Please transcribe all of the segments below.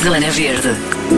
Zona Verde.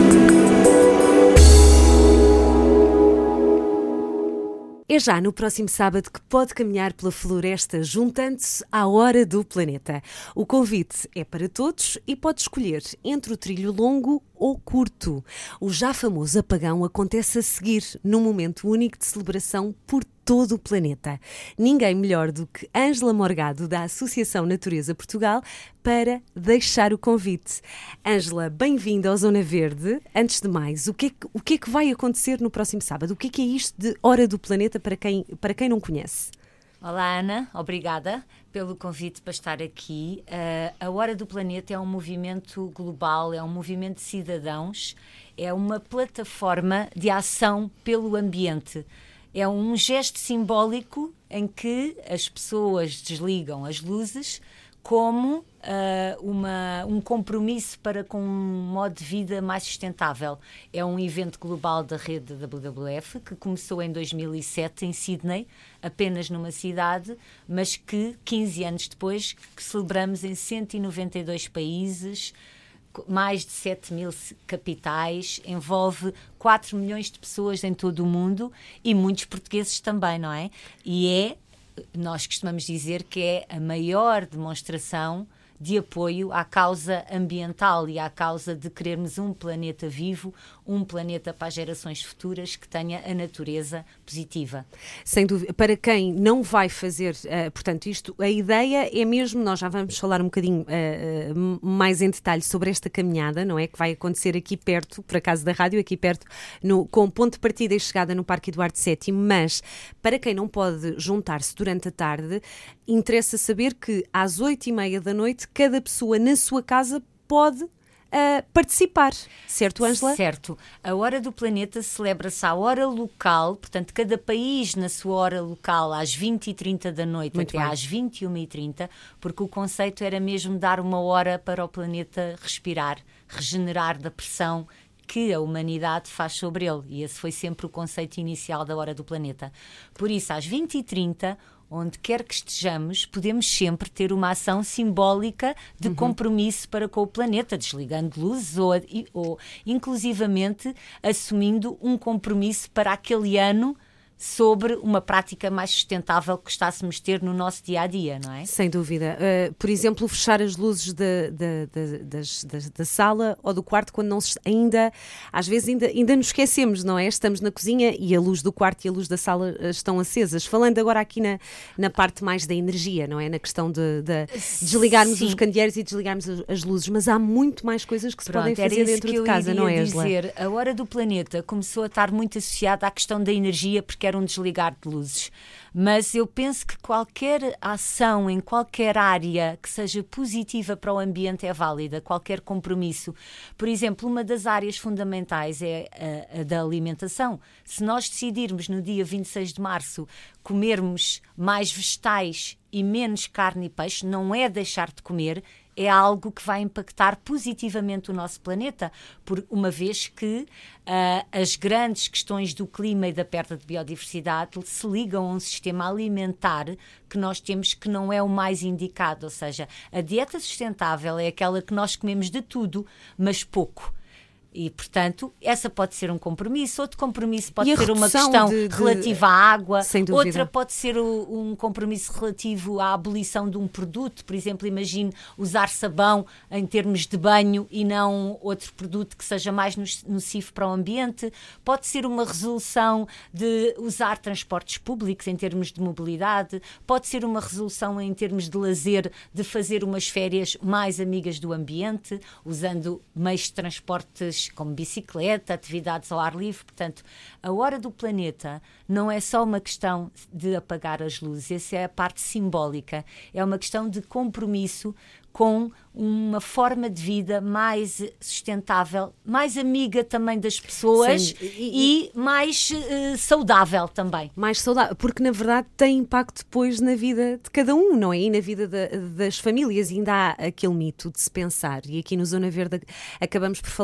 É já no próximo sábado que pode caminhar pela floresta juntando-se à Hora do Planeta. O convite é para todos e pode escolher entre o trilho longo ou curto. O já famoso apagão acontece a seguir, num momento único de celebração por todo o planeta. Ninguém melhor do que Ângela Morgado, da Associação Natureza Portugal, para deixar o convite. Ângela, bem-vinda ao Zona Verde. Antes de mais, o que é que vai acontecer no próximo sábado? O que é isto de Hora do Planeta para quem não conhece? Olá, Ana, obrigada pelo convite para estar aqui. A Hora do Planeta é um movimento global, é um movimento de cidadãos, é uma plataforma de ação pelo ambiente. É um gesto simbólico em que as pessoas desligam as luzes como um compromisso para com um modo de vida mais sustentável. É um evento global da rede WWF que começou em 2007 em Sydney, apenas numa cidade, mas que 15 anos depois que celebramos em 192 países, mais de 7 mil capitais, envolve 4 milhões de pessoas em todo o mundo e muitos portugueses também, não é? Nós costumamos dizer que é a maior demonstração de apoio à causa ambiental e à causa de querermos um planeta vivo, um planeta para as gerações futuras que tenha a natureza positiva. Sem dúvida. Para quem não vai fazer, portanto, a ideia é mesmo, nós já vamos falar um bocadinho mais em detalhe sobre esta caminhada, não é? Que vai acontecer aqui perto, por acaso da rádio, aqui perto, com ponto de partida e chegada no Parque Eduardo VII, mas para quem não pode juntar-se durante a tarde, interessa saber que às 20h30 da noite, cada pessoa na sua casa pode participar, certo, Ângela? Certo. A Hora do Planeta celebra-se à hora local, portanto, cada país na sua hora local, às 20h30 da noite Muito até bem. às 21h30, porque o conceito era mesmo dar uma hora para o planeta respirar, regenerar da pressão que a humanidade faz sobre ele. E esse foi sempre o conceito inicial da Hora do Planeta. Por isso, às 20h30, onde quer que estejamos, podemos sempre ter uma ação simbólica de compromisso para com o planeta, desligando luzes ou inclusivamente assumindo um compromisso para aquele ano sobre uma prática mais sustentável que gostássemos de ter no nosso dia-a-dia, não é? Sem dúvida. Por exemplo, fechar as luzes da sala ou do quarto quando não às vezes ainda nos esquecemos, não é? Estamos na cozinha e a luz do quarto e a luz da sala estão acesas. Falando agora aqui na parte mais da energia, não é? Na questão de desligarmos os candeeiros e desligarmos as luzes, mas há muito mais coisas que se podem fazer dentro de casa, não é, Ângela? A Hora do Planeta começou a estar muito associada à questão da energia, porque era um desligar de luzes. Mas eu penso que qualquer ação em qualquer área que seja positiva para o ambiente é válida, qualquer compromisso. Por exemplo, uma das áreas fundamentais é a da alimentação. Se nós decidirmos no dia 26 de março comermos mais vegetais e menos carne e peixe, não é deixar de comer, é algo que vai impactar positivamente o nosso planeta, por uma vez que as grandes questões do clima e da perda de biodiversidade se ligam a um sistema alimentar que nós temos que não é o mais indicado, ou seja, a dieta sustentável é aquela que nós comemos de tudo, mas pouco. E, portanto, essa pode ser um compromisso. Outro compromisso pode ser uma questão relativa à água. Outra pode ser um compromisso relativo à abolição de um produto. Por exemplo, imagine usar sabão em termos de banho e não outro produto que seja mais nocivo para o ambiente. Pode ser uma resolução de usar transportes públicos em termos de mobilidade. Pode ser uma resolução em termos de lazer, de fazer umas férias mais amigas do ambiente, usando meios de transportes como bicicleta, atividades ao ar livre. Portanto, a Hora do Planeta não é só uma questão de apagar as luzes, essa é a parte simbólica, é uma questão de compromisso com uma forma de vida mais sustentável, mais amiga também das pessoas e mais saudável também. Mais saudável, porque na verdade tem impacto depois na vida de cada um, não é? E na vida das famílias. E ainda há aquele mito de se pensar, e aqui no Zona Verde acabamos por falar muito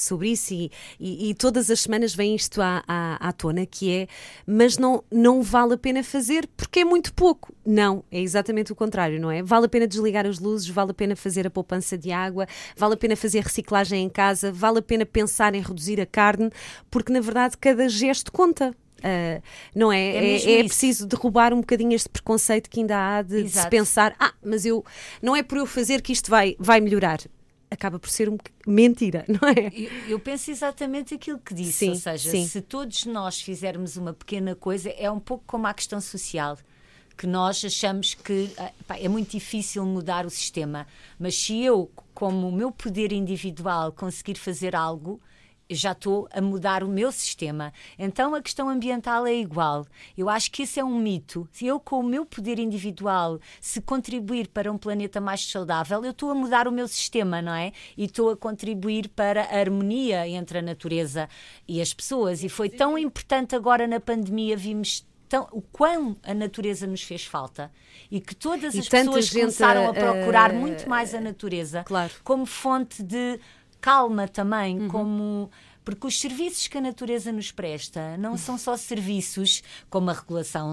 sobre isso e todas as semanas vem isto à tona, que é, mas não vale a pena fazer porque é muito pouco. Não, é exatamente o contrário, não é? Vale a pena desligar as luzes, vale a pena fazer a poupança de água, vale a pena fazer reciclagem em casa, vale a pena pensar em reduzir a carne, porque na verdade cada gesto conta. Não é? É preciso derrubar um bocadinho este preconceito que ainda há de se pensar, mas não é por eu fazer que isto vai melhorar. Acaba por ser mentira, não é? Eu penso exatamente aquilo que disse, sim, ou seja, sim. Se todos nós fizermos uma pequena coisa, é um pouco como a questão social, que nós achamos que é muito difícil mudar o sistema, mas se eu, como o meu poder individual, conseguir fazer algo, já estou a mudar o meu sistema. Então a questão ambiental é igual. Eu acho que esse é um mito. Se eu, com o meu poder individual, se contribuir para um planeta mais saudável, eu estou a mudar o meu sistema, não é? E estou a contribuir para a harmonia entre a natureza e as pessoas. E foi tão importante agora na pandemia, vimos o quão a natureza nos fez falta e que todas as pessoas começaram a procurar muito mais a natureza, claro, como fonte de calma também, porque os serviços que a natureza nos presta não são só serviços como a regulação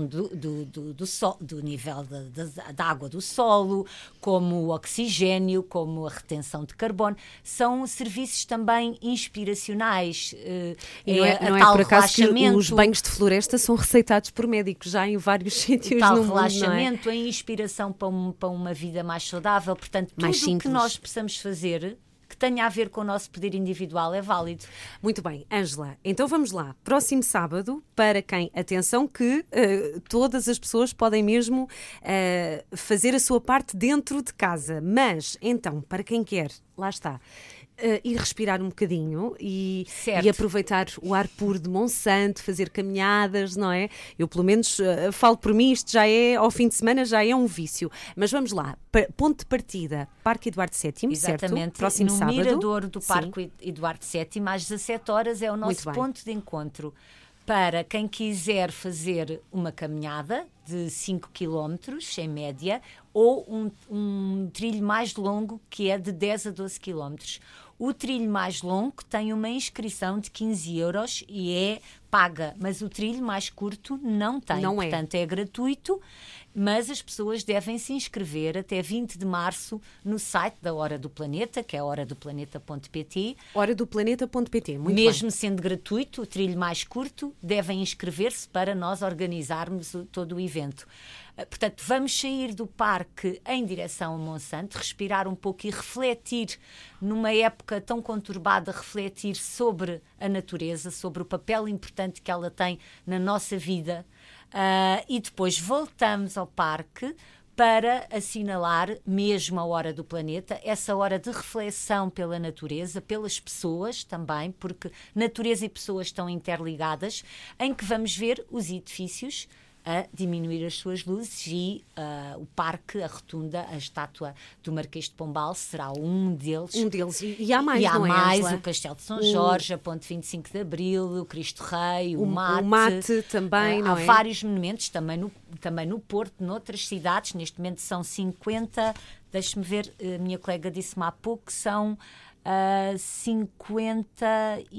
do nível da água do solo, como o oxigênio, como a retenção de carbono, são serviços também inspiracionais. Não é por acaso que os banhos de floresta são receitados por médicos já em vários sítios no mundo, relaxamento, a inspiração para uma vida mais saudável. Portanto, tudo o que nós possamos fazer que tenha a ver com o nosso poder individual é válido. Muito bem, Ângela, então vamos lá. Próximo sábado, para quem? Atenção que todas as pessoas podem mesmo fazer a sua parte dentro de casa, mas então, para quem quer, lá está, ir respirar um bocadinho e aproveitar o ar puro de Monsanto, fazer caminhadas, não é? Eu pelo menos falo por mim, isto já é, ao fim de semana já é um vício. Mas vamos lá, ponto de partida, Parque Eduardo VII, exatamente, certo? Próximo no sábado. Miradouro do Parque Eduardo VII, às 17 horas é o nosso ponto de encontro. Para quem quiser fazer uma caminhada de 5 km, em média, ou um trilho mais longo, que é de 10 a 12 km. O trilho mais longo tem uma inscrição de 15 euros e é paga, mas o trilho mais curto não tem. Portanto, é gratuito, mas as pessoas devem se inscrever até 20 de março no site da Hora do Planeta, que é horadoplaneta.pt. Horadoplaneta.pt, muito Mesmo bem. sendo gratuito, o trilho mais curto, devem inscrever-se para nós organizarmos todo o evento. Portanto, vamos sair do parque em direção a Monsanto, respirar um pouco e refletir, numa época tão conturbada, refletir sobre a natureza, sobre o papel importante que ela tem na nossa vida. E depois voltamos ao parque para assinalar mesmo a Hora do Planeta, essa hora de reflexão pela natureza, pelas pessoas também, porque natureza e pessoas estão interligadas, em que vamos ver os edifícios a diminuir as suas luzes e o parque, a rotunda, a estátua do Marquês de Pombal será um deles. Um deles. E há mais, e há não é, mais, Ângela? o Castelo de São Jorge, a Ponte 25 de Abril, o Cristo Rei, o Mate. O Mate também, não há é? Há vários monumentos, também no Porto, noutras cidades. Neste momento são 50, deixe-me ver, a minha colega disse-me há pouco, são 54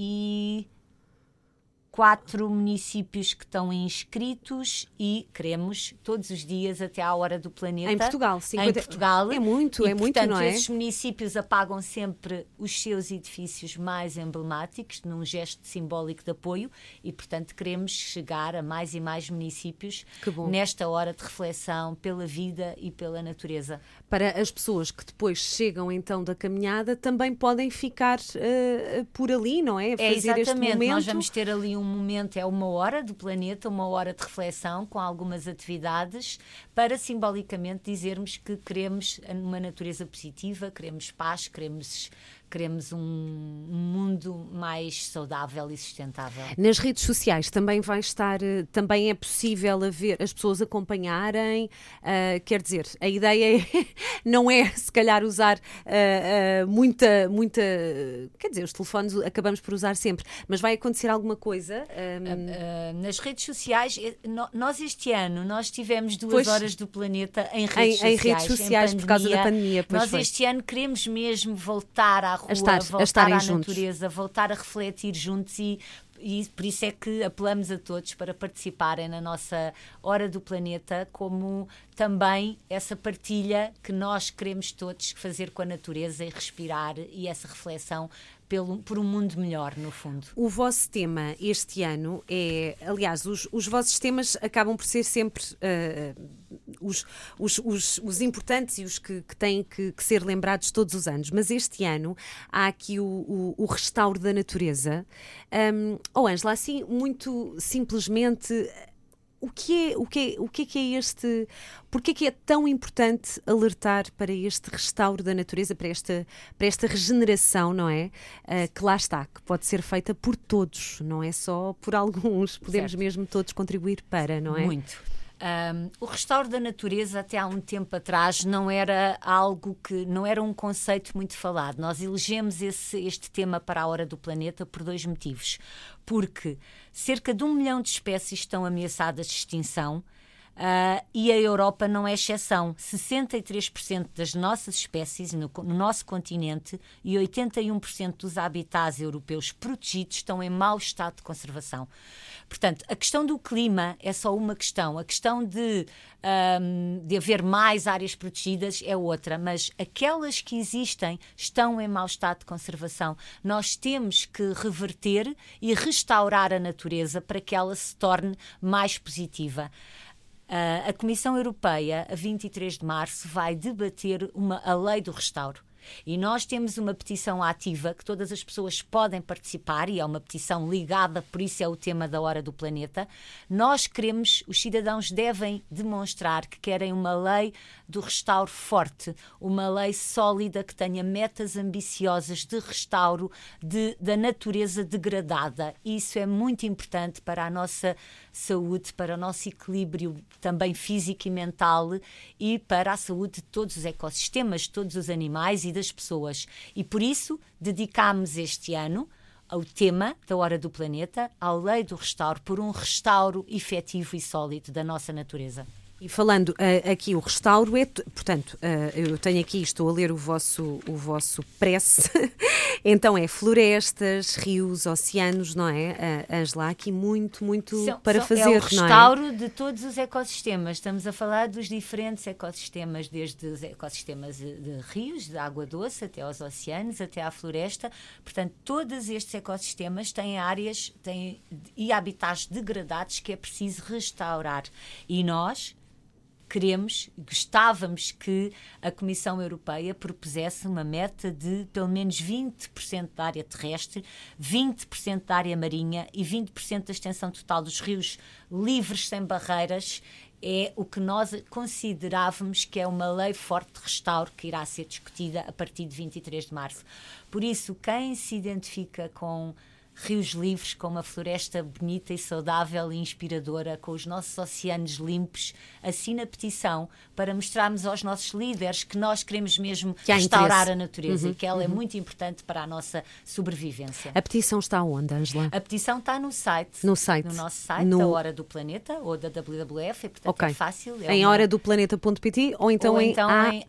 municípios que estão inscritos e queremos todos os dias até à Hora do Planeta. Em Portugal, 50... Em Portugal. É muito, portanto, não é? esses municípios apagam sempre os seus edifícios mais emblemáticos, num gesto simbólico de apoio, e, portanto, queremos chegar a mais e mais municípios nesta hora de reflexão pela vida e pela natureza. Para as pessoas que depois chegam, então, da caminhada, também podem ficar por ali, não é? Fazer este momento. Nós vamos ter ali um momento, é uma hora do planeta, uma hora de reflexão com algumas atividades para simbolicamente dizermos que queremos uma natureza positiva, queremos paz, queremos um mundo mais saudável e sustentável. Nas redes sociais também vai estar, também é possível as pessoas acompanharem, quer dizer, a ideia não é se calhar usar muita, quer dizer, os telefones acabamos por usar sempre, mas vai acontecer alguma coisa? Nas redes sociais, nós este ano, nós tivemos 2 horas do planeta em redes sociais por causa da pandemia. Nós este ano queremos mesmo voltar à rua, voltar à juntos. natureza, voltar a refletir juntos e por isso é que apelamos a todos para participarem na nossa Hora do Planeta, como também essa partilha que nós queremos todos fazer com a natureza e respirar, e essa reflexão por um mundo melhor, no fundo. O vosso tema este ano é, aliás, os vossos temas acabam por ser sempre os importantes e os que têm que ser lembrados todos os anos, mas este ano há aqui o restauro da natureza. Ângela, assim, muito simplesmente, o que é este? Porquê que é tão importante alertar para este restauro da natureza, para esta regeneração, não é? Que lá está, que pode ser feita por todos, não é só por alguns. Podemos mesmo todos contribuir para, não é? Muito. O restauro da natureza até há um tempo atrás não era não era um conceito muito falado. Nós elegemos este tema para a Hora do Planeta por 2 motivos. Porque cerca de 1 milhão de espécies estão ameaçadas de extinção, e a Europa não é exceção. 63% das nossas espécies no nosso continente e 81% dos habitats europeus protegidos estão em mau estado de conservação. Portanto, a questão do clima é só uma questão. A questão de haver mais áreas protegidas é outra, mas aquelas que existem estão em mau estado de conservação. Nós temos que reverter e restaurar a natureza para que ela se torne mais positiva. A Comissão Europeia, a 23 de março, vai debater a lei do restauro. E nós temos uma petição ativa que todas as pessoas podem participar, e é uma petição ligada, por isso é o tema da Hora do Planeta. Os cidadãos devem demonstrar que querem uma lei do restauro forte, uma lei sólida que tenha metas ambiciosas de restauro da natureza degradada. Isso é muito importante para a nossa saúde, para o nosso equilíbrio também físico e mental, e para a saúde de todos os ecossistemas, de todos os animais e das pessoas. E por isso dedicámos este ano ao tema da Hora do Planeta, à lei do restauro, por um restauro efetivo e sólido da nossa natureza. E falando aqui, o restauro é, portanto, eu tenho aqui, estou a ler o vosso press, então é florestas, rios, oceanos, não é? Ângela, há aqui muito para fazer, não é? É o restauro de todos os ecossistemas. Estamos a falar dos diferentes ecossistemas, desde os ecossistemas de rios, de água doce, até aos oceanos, até à floresta. Portanto, todos estes ecossistemas têm áreas e habitats degradados que é preciso restaurar. E nós gostávamos que a Comissão Europeia propusesse uma meta de pelo menos 20% da área terrestre, 20% da área marinha e 20% da extensão total dos rios livres, sem barreiras. É o que nós considerávamos que é uma lei forte de restauro que irá ser discutida a partir de 23 de março. Por isso, quem se identifica com rios livres, com uma floresta bonita e saudável e inspiradora, com os nossos oceanos limpos, assina a petição para mostrarmos aos nossos líderes que nós queremos mesmo restaurar a natureza e que ela é muito importante para a nossa sobrevivência. A petição está onde, Ângela? A petição está no site. No nosso site, da Hora do Planeta, ou da WWF, e portanto é fácil. Em horadoplaneta.pt ou então em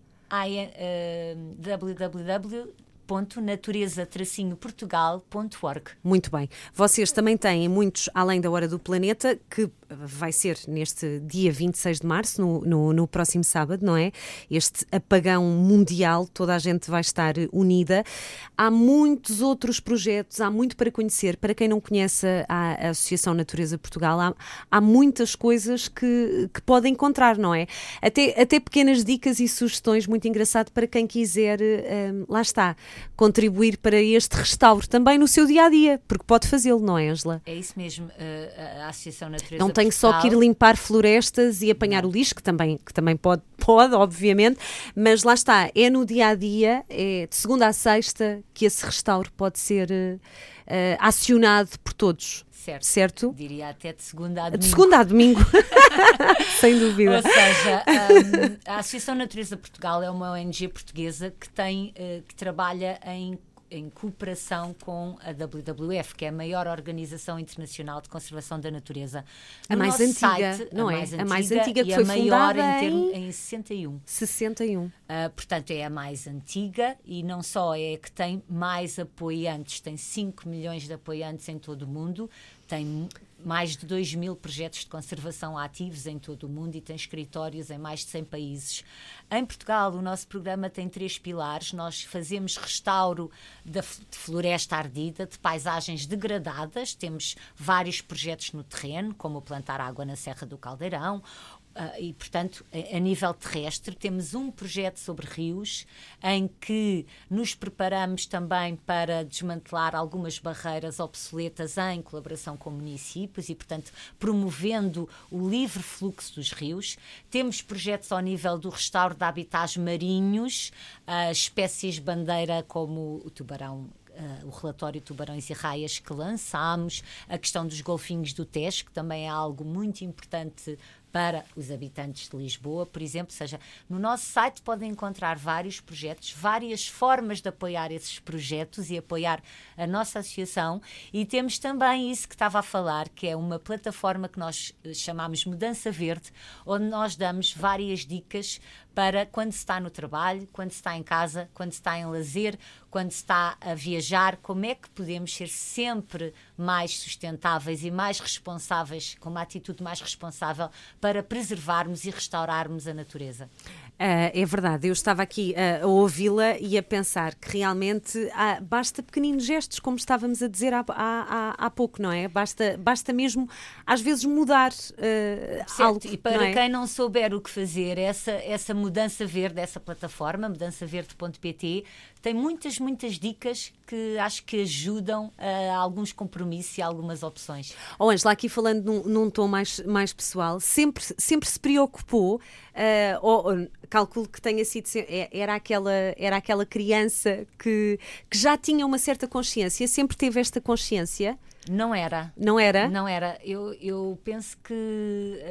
www.natureza-portugal.org. Muito bem. Vocês também têm muitos além da Hora do Planeta, que vai ser neste dia 26 de março, no próximo sábado, não é? Este apagão mundial, toda a gente vai estar unida. Há muitos outros projetos, há muito para conhecer. Para quem não conhece a Associação Natureza Portugal, há muitas coisas que podem encontrar, não é? Até pequenas dicas e sugestões, muito engraçado para quem quiser, lá está, contribuir para este restauro também no seu dia-a-dia, porque pode fazê-lo, não é, Ângela? É isso mesmo, a Associação Natureza Não tem só que ir limpar florestas e apanhar o lixo, que também pode, obviamente, mas lá está, é no dia-a-dia, é de segunda a sexta que esse restauro pode ser acionado por todos. Certo? Diria até de segunda a domingo. De segunda a domingo, sem dúvida. Ou seja, a Associação Natureza Portugal é uma ONG portuguesa que trabalha em em cooperação com a WWF, que é a maior organização internacional de conservação da natureza. A mais antiga, não é? A mais antiga que foi fundada em 61. 61. Portanto, é a mais antiga e não só é que tem mais apoiantes, tem 5 milhões de apoiantes em todo o mundo, tem mais de 2.000 projetos de conservação ativos em todo o mundo e tem escritórios em mais de 100 países. Em Portugal, o nosso programa tem 3 pilares. Nós fazemos restauro de floresta ardida, de paisagens degradadas. Temos vários projetos no terreno, como o Plantar Água na Serra do Caldeirão. E, portanto, a nível terrestre, temos um projeto sobre rios em que nos preparamos também para desmantelar algumas barreiras obsoletas em colaboração com municípios e, portanto, promovendo o livre fluxo dos rios. Temos projetos ao nível do restauro de habitats marinhos, espécies bandeira como o tubarão, o relatório Tubarões e Raias que lançámos, a questão dos golfinhos do Tejo, que também é algo muito importante para os habitantes de Lisboa, por exemplo. Ou seja, no nosso site podem encontrar vários projetos, várias formas de apoiar esses projetos e apoiar a nossa associação, e temos também isso que estava a falar, que é uma plataforma que nós chamamos Mudança Verde, onde nós damos várias dicas para quando se está no trabalho, quando se está em casa, quando se está em lazer, quando se está a viajar, como é que podemos ser sempre mais sustentáveis e mais responsáveis, com uma atitude mais responsável para preservarmos e restaurarmos a natureza. É verdade, eu estava aqui a ouvi-la e a pensar que realmente basta pequeninos gestos, como estávamos a dizer há pouco, não é? Basta mesmo, às vezes, mudar algo. E para quem não souber o que fazer, essa mudança verde, essa plataforma, mudançaverde.pt, tem muitas dicas que acho que ajudam a alguns compromissos e a algumas opções. Ângela, aqui falando num tom mais pessoal, sempre se preocupou, calculo que tenha sido, era aquela criança que já tinha uma certa consciência, sempre teve esta consciência? Não era. Não era? Não era. Eu penso que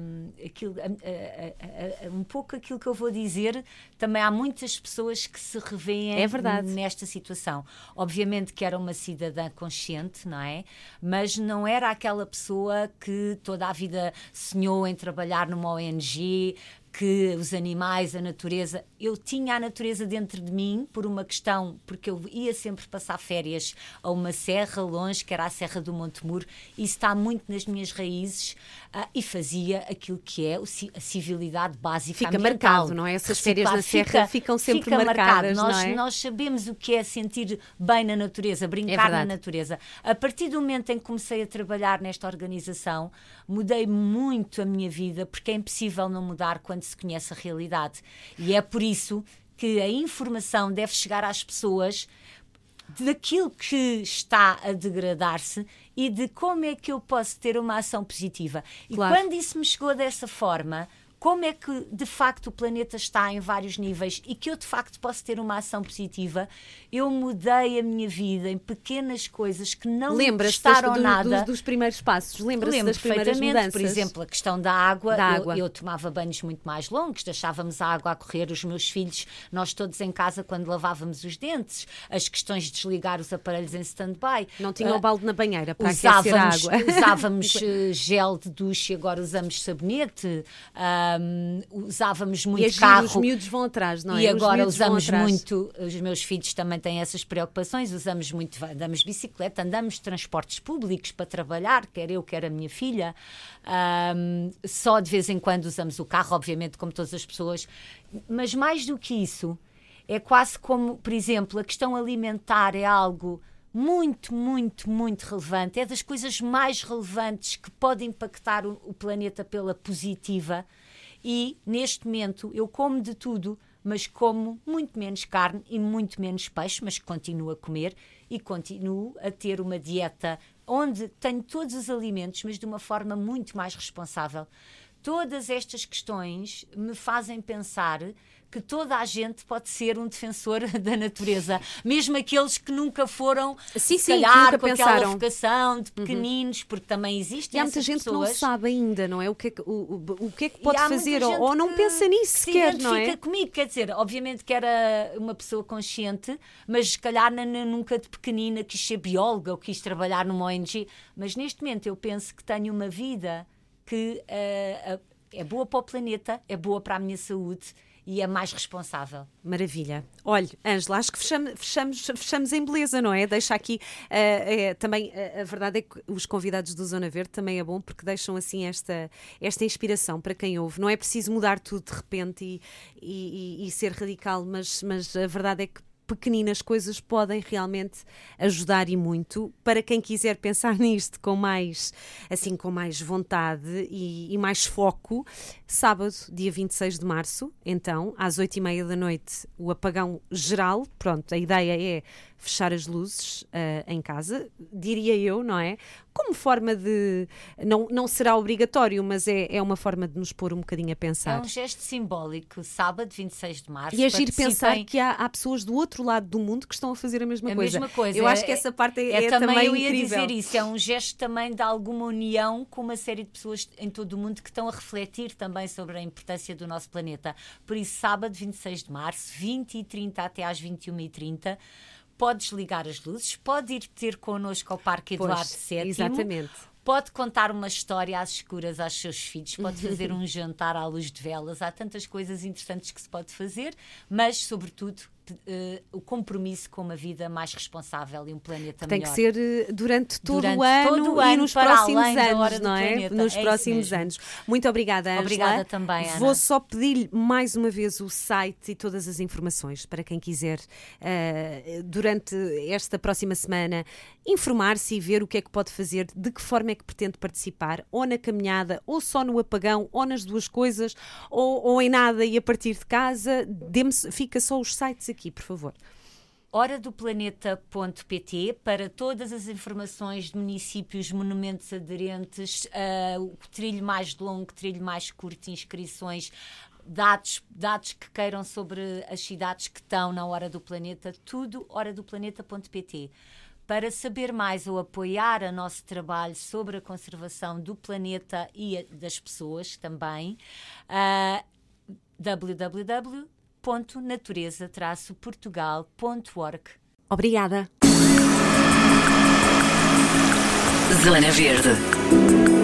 um pouco aquilo que eu vou dizer, também há muitas pessoas que se revêem nesta situação. Obviamente que era uma cidadã consciente, não é? Mas não era aquela pessoa que toda a vida sonhou em trabalhar numa ONG, que os animais, a natureza... Eu tinha a natureza dentro de mim por uma questão, porque eu ia sempre passar férias a uma serra longe, que era a Serra do Montemuro, e isso está muito nas minhas raízes, e fazia aquilo que é a civilidade básica fica ambiental. Marcado, não é? Essas férias na serra ficam sempre marcadas, não é? Nós sabemos o que é sentir bem na natureza, brincar na natureza. A partir do momento em que comecei a trabalhar nesta organização, mudei muito a minha vida, porque é impossível não mudar quando se conhece a realidade. E é por isso que a informação deve chegar às pessoas daquilo que está a degradar-se e de como é que eu posso ter uma ação positiva. E quando isso me chegou dessa forma, como é que de facto o planeta está em vários níveis e que eu de facto posso ter uma ação positiva, eu mudei a minha vida em pequenas coisas que não me custaram nada. Dos primeiros passos? Lembra-se das primeiras mudanças? Por exemplo, a questão da água. Eu tomava banhos muito mais longos, deixávamos a água a correr, os meus filhos, nós todos em casa quando lavávamos os dentes, as questões de desligar os aparelhos em stand-by. Não tinha o balde na banheira para aquecer a água. Usávamos gel de duche e agora usamos sabonete. Usávamos muito carro. Os miúdos vão atrás, não é? E agora usamos muito, os meus filhos também têm essas preocupações, usamos muito, andamos de bicicleta, andamos de transportes públicos para trabalhar, quer eu, quer a minha filha. Só de vez em quando usamos o carro, obviamente, como todas as pessoas. Mas mais do que isso, é quase como, por exemplo, a questão alimentar é algo muito relevante, é das coisas mais relevantes que podem impactar o planeta pela positiva, e neste momento eu como de tudo, mas como muito menos carne e muito menos peixe, mas continuo a comer e continuo a ter uma dieta onde tenho todos os alimentos, mas de uma forma muito mais responsável. Todas estas questões me fazem pensar que toda a gente pode ser um defensor da natureza, mesmo aqueles que nunca foram, se calhar, nunca com pensaram. aquela vocação de pequeninos, porque também existem E há muita essas gente pessoas. que não sabe ainda, não é? O que é que pode E há muita fazer, gente ou não que pensa nisso se sequer, não identifica é? comigo, quer dizer, obviamente que era uma pessoa consciente, mas se calhar nunca de pequenina quis ser bióloga ou quis trabalhar numa ONG, mas neste momento eu penso que tenho uma vida que é boa para o planeta, é boa para a minha saúde e é mais responsável. Maravilha. Olha, Ângela, acho que fechamos em beleza, não é? Deixa aqui também, a verdade é que os convidados do Zona Verde também é bom porque deixam assim esta inspiração para quem ouve. Não é preciso mudar tudo de repente e ser radical, mas a verdade é que pequeninas coisas podem realmente ajudar e muito. Para quem quiser pensar nisto com mais vontade e mais foco, sábado, dia 26 de março, então, às 20h30 da noite, o apagão geral. Pronto, a ideia é fechar as luzes em casa, diria eu, não é? Como forma de... Não será obrigatório, mas é uma forma de nos pôr um bocadinho a pensar. É um gesto simbólico, sábado, 26 de março. E agir pensar que há pessoas do outro lado do mundo que estão a fazer a mesma coisa. Eu acho que essa parte é também eu ia incrível. dizer isso, é um gesto também de alguma união com uma série de pessoas em todo o mundo que estão a refletir também sobre a importância do nosso planeta. Por isso, sábado, 26 de março, 20h30 até às 21h30, pode desligar as luzes, pode ir ter connosco ao Parque Eduardo VII. Exatamente. Pode contar uma história às escuras aos seus filhos, pode fazer um jantar à luz de velas, há tantas coisas interessantes que se pode fazer, mas, sobretudo, o compromisso com uma vida mais responsável e um planeta melhor. Tem que ser durante todo o ano e nos próximos anos, não é? Nos próximos anos. Muito obrigada, Ângela. Obrigada também, Ana. Vou só pedir-lhe mais uma vez o site e todas as informações para quem quiser, durante esta próxima semana, informar-se e ver o que é que pode fazer, de que forma é que pretende participar, ou na caminhada, ou só no apagão, ou nas duas coisas, ou em nada e a partir de casa. Fica só os sites aqui, por favor. horadoplaneta.pt para todas as informações de municípios, monumentos aderentes, o trilho mais longo, trilho mais curto, inscrições, dados que queiram sobre as cidades que estão na Hora do Planeta, tudo horadoplaneta.pt. Para saber mais ou apoiar o nosso trabalho sobre a conservação do planeta e das pessoas também, www.natureza-portugal.org. Obrigada. Zona Verde.